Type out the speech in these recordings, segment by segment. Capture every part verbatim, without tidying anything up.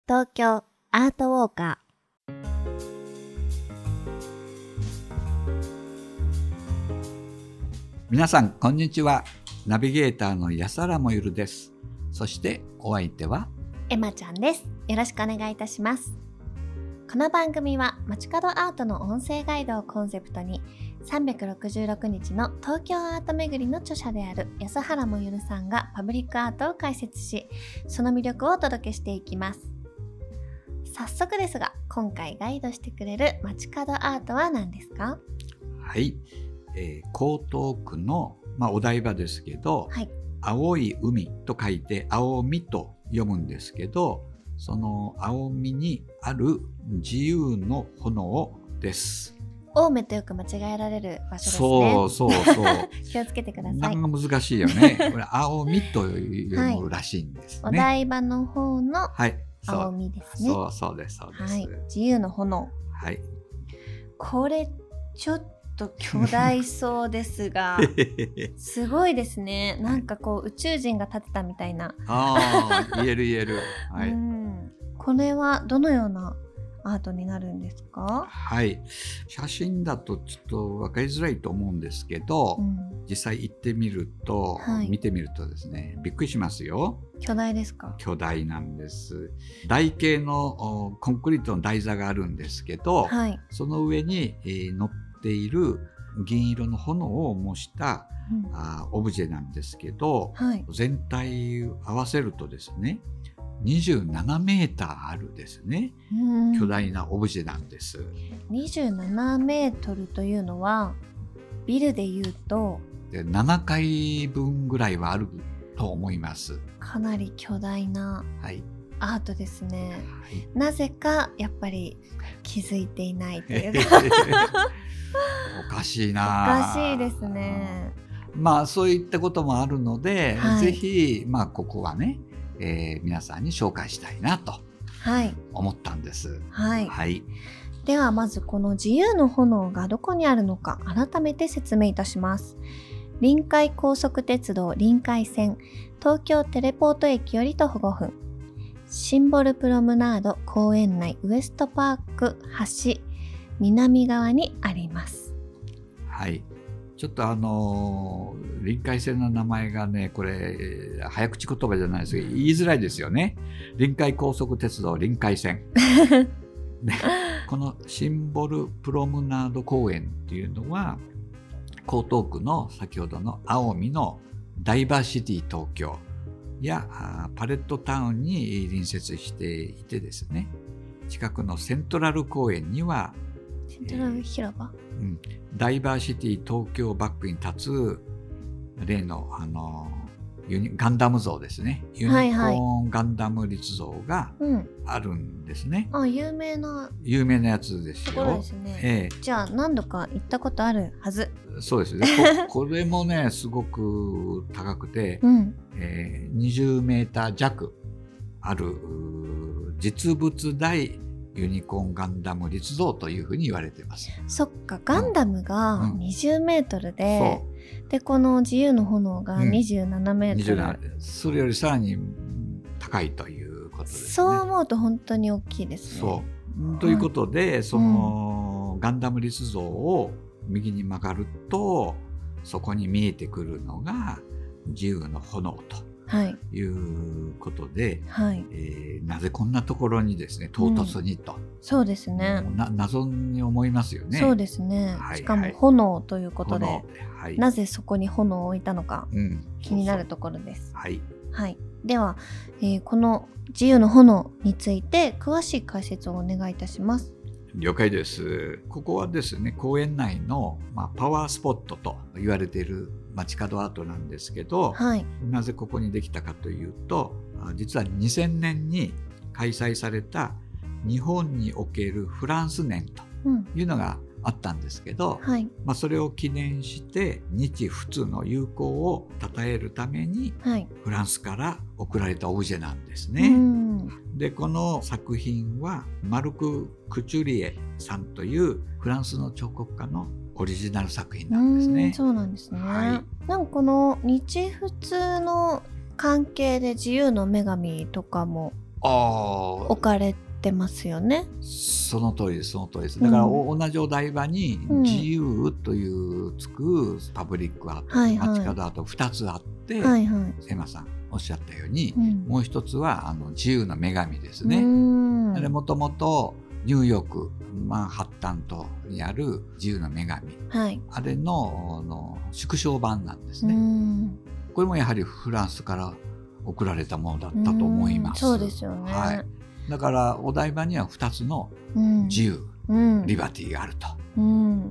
東京アートウォーカー。 皆さんこんにちは。ナビゲーターの安原もゆるです。そしてお相手はエマちゃんです。よろしくお願いいたします。この番組は街角アートの音声ガイドをコンセプトにさんびゃくろくじゅうろくにちの東京アート巡りの著者である安原もゆるさんがパブリックアートを解説し、その魅力をお届けしていきます。早速ですが、今回ガイドしてくれる街角アートは何ですか？ はい、えー、江東区の、まあ、お台場ですけど、はい、青い海と書いて青海と読むんですけど、その青海にある自由の炎です。 青梅とよく間違えられる場所ですね。 そうそうそう気をつけてください。 なんか難しいよね。これ青海と読むらしいんですね。 はい、お台場の方の青海ですね。 そうそうですそうです、はい、 自由の炎。 はい。これちょっと巨大そうですがすごいですね。なんかこう宇宙人が建てたみたいな。 ああ、言える言える。はい。 うん、これはどのようなアートになるんですか？ はい、写真だとちょっと分かりづらいと思うんですけど、うん、実際行ってみると、はい、見てみるとですね、びっくりしますよ。 巨大ですか？ 巨大なんです。台形のコンクリートの台座があるんですけど、はい、その上に、えー、乗っている銀色の炎を模した、うん、あオブジェなんですけど、はい、全体合わせるとですねにじゅうななメーターあるですね、巨大なオブジェなんです。 にじゅうななメートルというのはビルでいうとでななかいぶんぐらいはあると思います。 かなり巨大なアートですね、はい、なぜかやっぱり気づいていないというかおかしいな。 おかしいですね。 まあそういったこともあるので、はい、ぜひまあここはねえー、皆さんに紹介したいなと思ったんです。 はいはい、ではまずこの自由の炎がどこにあるのか改めて説明いたします。臨海高速鉄道臨海線東京テレポート駅より徒歩ごふん、シンボルプロムナード公園内ウエストパーク橋南側にあります。 はい、ちょっとあのー、臨海線の名前がね、これ早口言葉じゃないですけど言いづらいですよね。臨海高速鉄道臨海線、ね、このシンボルプロムナード公園っていうのは江東区の先ほどの青海のダイバーシティ東京やパレットタウンに隣接していてですね、近くのセントラル公園にはセントラル広場、 えーうん、ダイバーシティ東京バックに立つ例の、あのユニガンダム像ですね。ユニコーンガンダム立像があるんですね。 はいはい、うん、あ、有名な有名なやつですよ。 ところですね、えー、じゃあ何度か行ったことあるはず。 そうですね。こ, これもねすごく高くて、うんえー、にじゅうメーター弱ある実物大ユニコーンガンダム立像というふうに言われています。 そっか、ガンダムがにじゅうメートルで、うん、でこの自由の炎がにじゅうななメートル、うん、 それよりさらに高いということですね。 そう思うと本当に大きいですね。 そうということで、はい、その、うん、ガンダム立像を右に曲がるとそこに見えてくるのが自由の炎とはい、いうことで、はいえー、なぜこんなところにですね唐突にと、うん、 そうですね、 な謎に思いますよね。 そうですね、はい、しかも炎ということで、はい、なぜそこに炎を置いたのか、うん、気になるところです。 はい、 はい、では、えー、この自由の炎について詳しい解説をお願いいたします。 了解です。ここはですね公園内の、まあ、パワースポットと言われている街角アートなんですけど、はい、なぜここにできたかというと、実はにせんねんに開催された日本におけるフランス年というのがあったんですけど、うんはいまあ、それを記念して日仏の友好を称えるために、はい、フランスから贈られたオブジェなんですね。うんでこの作品はマルク・クチュリエさんというフランスの彫刻家のオリジナル作品なんですね。 うんそうなんですね、はい、なんかこの日仏の関係で自由の女神とかも置かれてますよね。 その通りですその通りです。だから、うん、同じお台場に自由というつくパブリックアート、うん、街角アートふたつあって、はいはい、エマさんおっしゃったように、うん、もう一つはあの自由の女神ですね。もともとニューヨークマンハッタン島にある自由の女神、はい、あれ の, の縮小版なんですね。これもやはりフランスから送られたものだったと思います。 そうですよね、 はい、だからお台場にはふたつの自由、うん、リバティがあると、 うん、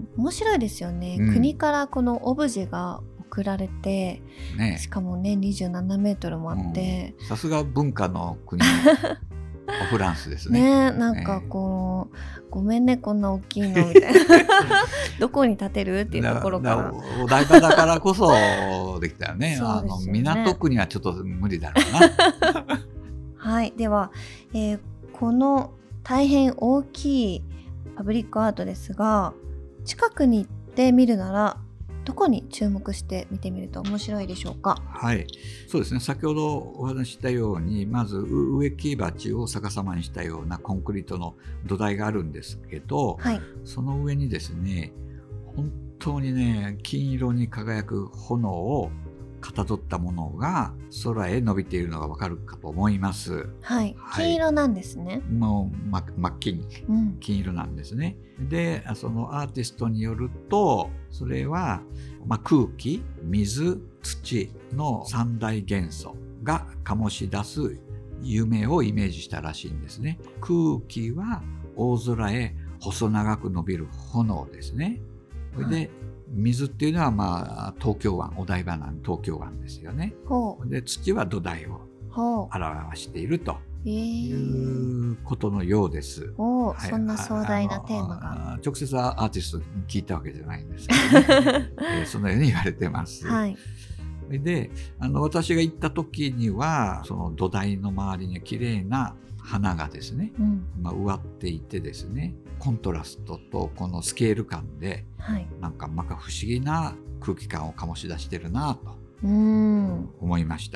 面白いですよね、うん、国からこのオブジェが送られて、ね、しかもねにじゅうななメートルもあって、 さすが文化の国のフランスですね。 ね、なんかこう、えー、ごめんねこんな大きいのみたいなどこに建てるっていうところからお台場だからこそできたよね。よねあの港区にはちょっと無理だろうなはい、では、えー、この大変大きいパブリックアートですが、近くに行って見るならどこに注目して見てみると面白いでしょうか。 はい、そうですね。先ほどお話ししたように、まず植木鉢を逆さまにしたようなコンクリートの土台があるんですけど、はい、その上にですね、本当にね、金色に輝く炎をかたどったものが空へ伸びているのがわかるかと思います。 はい、はい、金色なんですね。 もう真っ金、うん、金色なんですね。で、そのアーティストによると、それは、まあ、空気、水、土の三大元素が醸し出す夢をイメージしたらしいんですね。空気は大空へ細長く伸びる炎ですね。それで、はい、水っていうのは、まあ、東京湾、お台場なん東京湾ですよね。で、土は土台を表しているということのようです。 お、はい、そんな壮大なテーマが。 直接アーティストに聞いたわけじゃないんですけどね、えー、そのように言われてます。はい、で、あの私が行った時には、その土台の周りに綺麗な花がですね、うん、まあ、植わっていてですね、コントラストとこのスケール感で、はい、なんかまか不思議な空気感を醸し出してるなと思いました。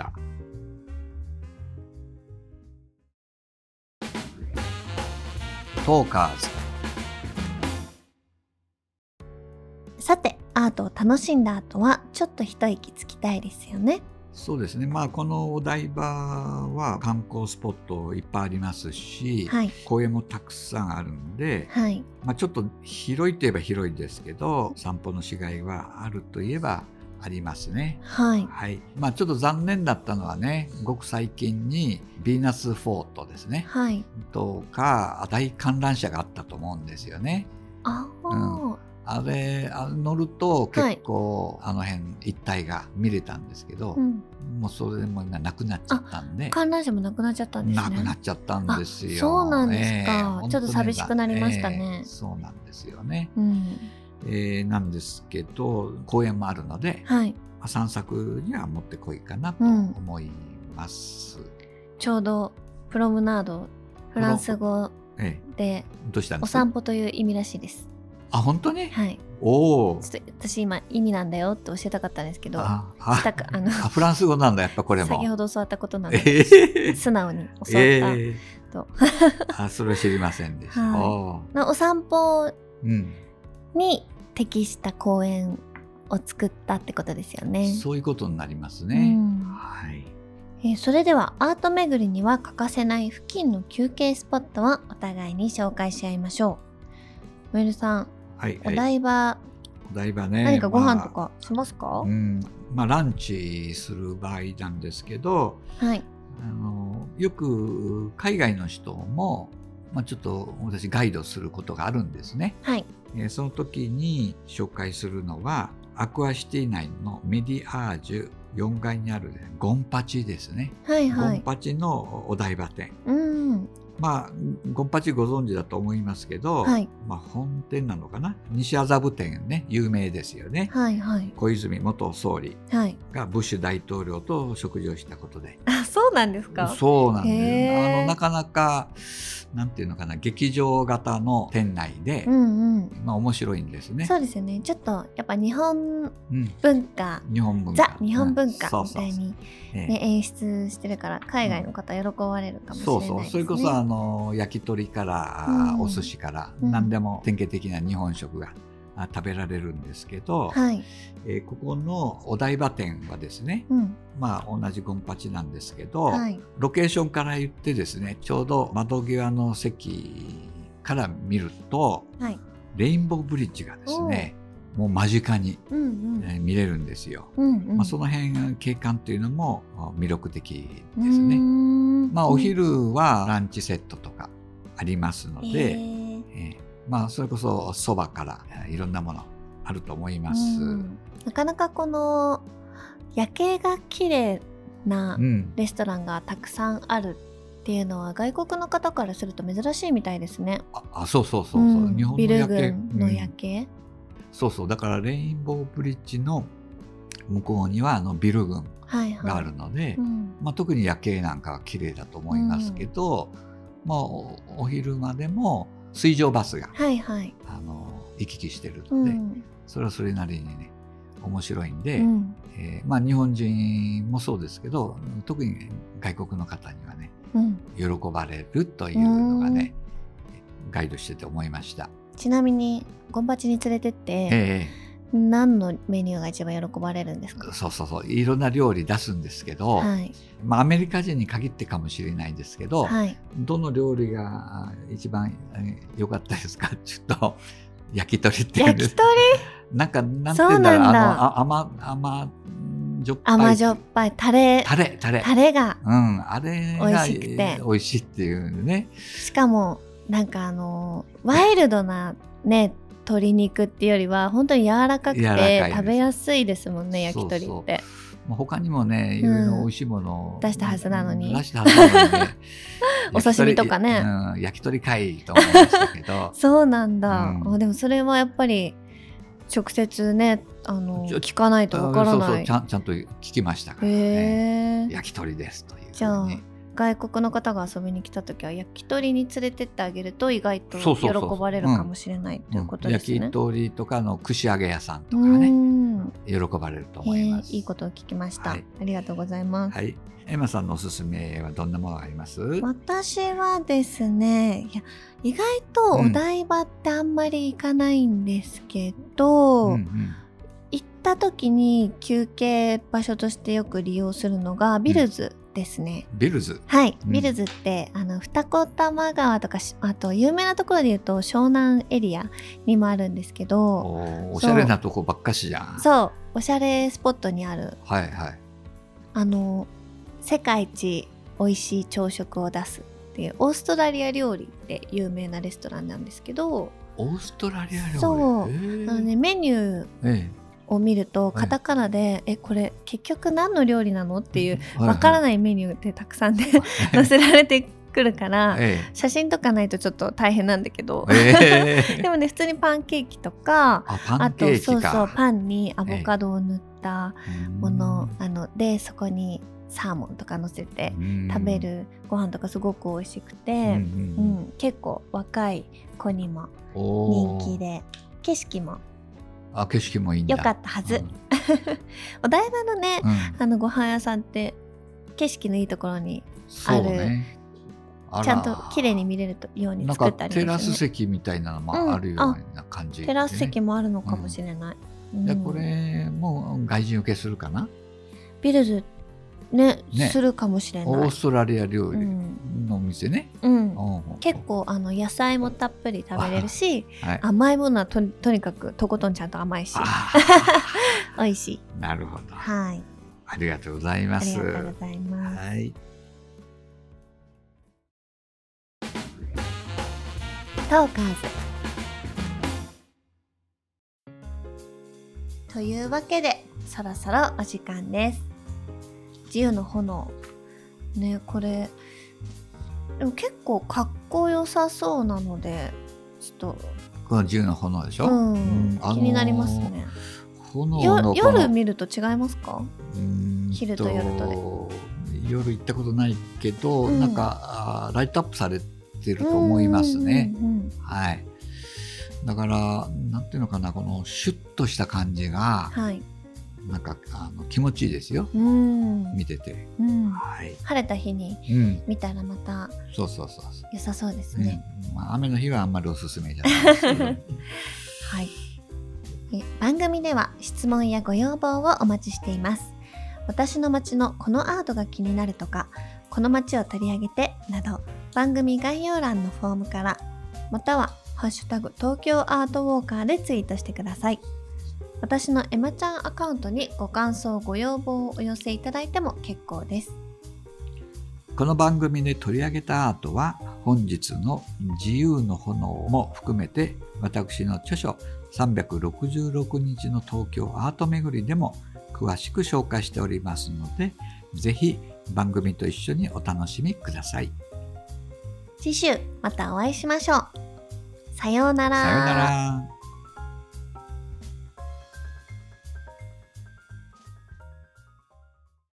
トーカーズ。 さて、アートを楽しんだ後はちょっと一息つきたいですよね。 そうですね、まあ、このお台場は観光スポットいっぱいありますし、はい、公園もたくさんあるんで、はい、まあ、ちょっと広いといえば広いですけど、散歩のしがいはあるといえばありますね。はいはい、まあ、ちょっと残念だったのはね、ごく最近にヴィーナスフォートですね、はい、とか大観覧車があったと思うんですよね。あ、うん、あれ乗ると結構、はい、あの辺一帯が見れたんですけど、うん、もうそれも今なくなっちゃったんで。 観覧車もなくなっちゃったんですね。 なくなっちゃったんですよ。 そうなんですか、えー、ちょっと寂しくなりましたね。 えー、そうなんですよね、うん、えー、なんですけど公園もあるので、はい、まあ、散策にはもってこいかなと思います、うん、 ちょうどプロムナードフランス語で、ええ、 どうしたんですか？ お散歩という意味らしいです。 あ、本当に？ はい。 おお。 私今意味なんだよって教えたかったんですけど、あああのフランス語なんだやっぱこれも。 先ほど教わったことなので、えー、素直に教わったと。えー、あ、それは知りませんでした。 はい、お, お散歩に適した公園を作ったってことですよね。 そういうことになりますね。うん、はい。 えー、それではアート巡りには欠かせない付近の休憩スポットはお互いに紹介し合いましょう。上野さん、はいはい、お台場、 お台場ね、 何かご飯とかしますか？ まあ、うん、まあ、ランチする場合なんですけど、はい、あのよく海外の人も、まあ、ちょっと私ガイドすることがあるんですね。はい、えー、その時に紹介するのはアクアシティ内のメディアージュよんがいにある、ね、ゴンパチですね。はいはい、ゴンパチのお台場店。うん、まあ、ゴンパチご存知だと思いますけど、はい、まあ、本店なのかな、西麻布店ね、有名ですよね。はいはい、小泉元総理がブッシュ大統領と食事をしたことで。 あ、そうなんですか？ そうなんです。あのなかなかなんていうのかな、劇場型の店内で、 うんうん、 まあ、面白いんですね。 そうですよね。ちょっとやっぱ日本文化、 うん、日本文化ザ日本文化みたいに、ね、演出してるから海外の方喜ばれるかもしれないですね。そうそう、 それこそあの焼き鳥から、うん、お寿司から、うん、何でも典型的な日本食が食べられるんですけど、はい、えー、ここのお台場店はですね、うん、まあ同じゴンパチなんですけど、はい、ロケーションから言ってですね、ちょうど窓際の席から見ると、はい、レインボーブリッジがですねもう間近に、うんうん、えー、見れるんですよ、うんうん、まあ、その辺景観というのも魅力的ですね。まあ、お昼はランチセットとかありますので、えーえーまあ、それこそそばからいろんなものあると思います。 なかなかこの夜景が綺麗なレストランがたくさんあるっていうのは外国の方からすると珍しいみたいですね。 ああ、そうそうそうそう、うん、日本の夜景、 ビル群の夜景、うん、 そうそう、だからレインボーブリッジの向こうにはあのビル群があるので、はいはい、うん、まあ、特に夜景なんかは綺麗だと思いますけど、うん、まあ、お, お昼間でも水上バスが、はいはい、あの行き来してるので、うん、それはそれなりにね面白いんで、うん、えーまあ、日本人もそうですけど特に外国の方にはね、うん、喜ばれるというのがね、うん、ガイドしてて思いました。 ちなみにゴンパチに連れてって、えー、何のメニューが一番喜ばれるんですか？ そうそうそう、いろんな料理出すんですけど、はい、まあ、アメリカ人に限ってかもしれないんですけど、はい、どの料理が一番良かったですか？ちょっと焼き鳥っていう焼き鳥なんかなんていうんだろう、あの甘甘じょっぱい甘じょっぱいタレタレタレタレが、 うん、あれが美味しくて美味しいっていうね。 しかもなんかあのワイルドなね鶏肉っていうよりは本当に柔らかくて食べやすいですもんね、焼き鳥って。そうそう、 他にもねいろいろ美味しいものを、 うん、出したはずなのに出したはずなのにねお刺身とかね、 うん、焼き鳥かいと思いましたけどそうなんだ、うん、でもそれはやっぱり直接ねあの聞かないとわからない。 そうそう、ちゃん、ちゃんと聞きましたからね、焼き鳥ですというふうに。 じゃあ外国の方が遊びに来た時は焼き鳥に連れてってあげると意外と喜ばれるかもしれないということですね。 焼き鳥とかの串揚げ屋さんとかね、喜ばれると思います。 いいことを聞きました、はい、ありがとうございます。 はい、エマさんのおすすめはどんなものがあります？ 私はですね、いや意外とお台場ってあんまり行かないんですけど、うんうんうん、行った時に休憩場所としてよく利用するのがビルズですね、 うん、ビルズ、 はい、うん、ビルズってあの二子玉川とかあと有名なところで言うと湘南エリアにもあるんですけど、 お, おしゃれなとこばっかしじゃん。 そう、おしゃれスポットにある、 はいはい、 あの世界一美味しい朝食を出すっていうオーストラリア料理で有名なレストランなんですけど。 オーストラリア料理、 そう、あのね、メニュー、ええを見るとカタカナで、ええ、これ結局何の料理なのっていうわからないメニューってたくさんで載せられてくるから、ええ、写真とかないとちょっと大変なんだけど、えー、でもね普通にパンケーキとか、 あ, パンケーキか、 あとそうそうパンにアボカドを塗ったもの、えー、あのでそこにサーモンとか乗せて食べるご飯とかすごく美味しくて、うんうんうん、結構若い子にも人気で景色もあ、景色もいいんだ。 よかったはず、うん、お台場のね、うん、あのご飯屋さんって景色のいいところにある、ね、あちゃんと綺麗に見れるように作ってありますね。 なんかテラス席みたいなのもあるような感じ、ね、 うん、テラス席もあるのかもしれない、 うん、でこれもう外人受けするかな。 ビルズね、ね、するかもしれない。 オーストラリア料理のお店ね、 うんうん、結構あの野菜もたっぷり食べれるし、はい、甘いものは と, とにかくとことんちゃんと甘いし美味しい。 なるほど、 はい、 ありがとうございます。 ありがとうございます、はい、トーカーズというわけでそろそろお時間です。自由の炎ね、これでも結構かっこよさそうなのでちょっとこの自由の炎でしょ、 うんうん、気になりますね。 炎の夜見ると違いますか？うんと昼と夜とで。 夜行ったことないけど、うん、なんかライトアップされててると思いますね。はい。だからなんていうのかな、このシュッとした感じが、はい、なんかあの気持ちいいですよ。うん見てて、うんはい、晴れた日に見たらまた、うん、そうそうそう良さそうですね。 うんまあ、雨の日はあんまりおすすめじゃないですけど。はい。 番組では質問やご要望をお待ちしています。私の街のこのアートが気になるとか、この街を取り上げてなど、番組概要欄のフォームから、またはハッシュタグ東京アートウォーカーでツイートしてください。私のエマちゃんアカウントにご感想ご要望をお寄せいただいても結構です。 この番組で取り上げたアートは本日の自由の炎も含めて、私の著書さんびゃくろくじゅうろくにちの東京アート巡りでも詳しく紹介しておりますので、ぜひ番組と一緒にお楽しみください。 次週またお会いしましょう。さようなら。 さようなら。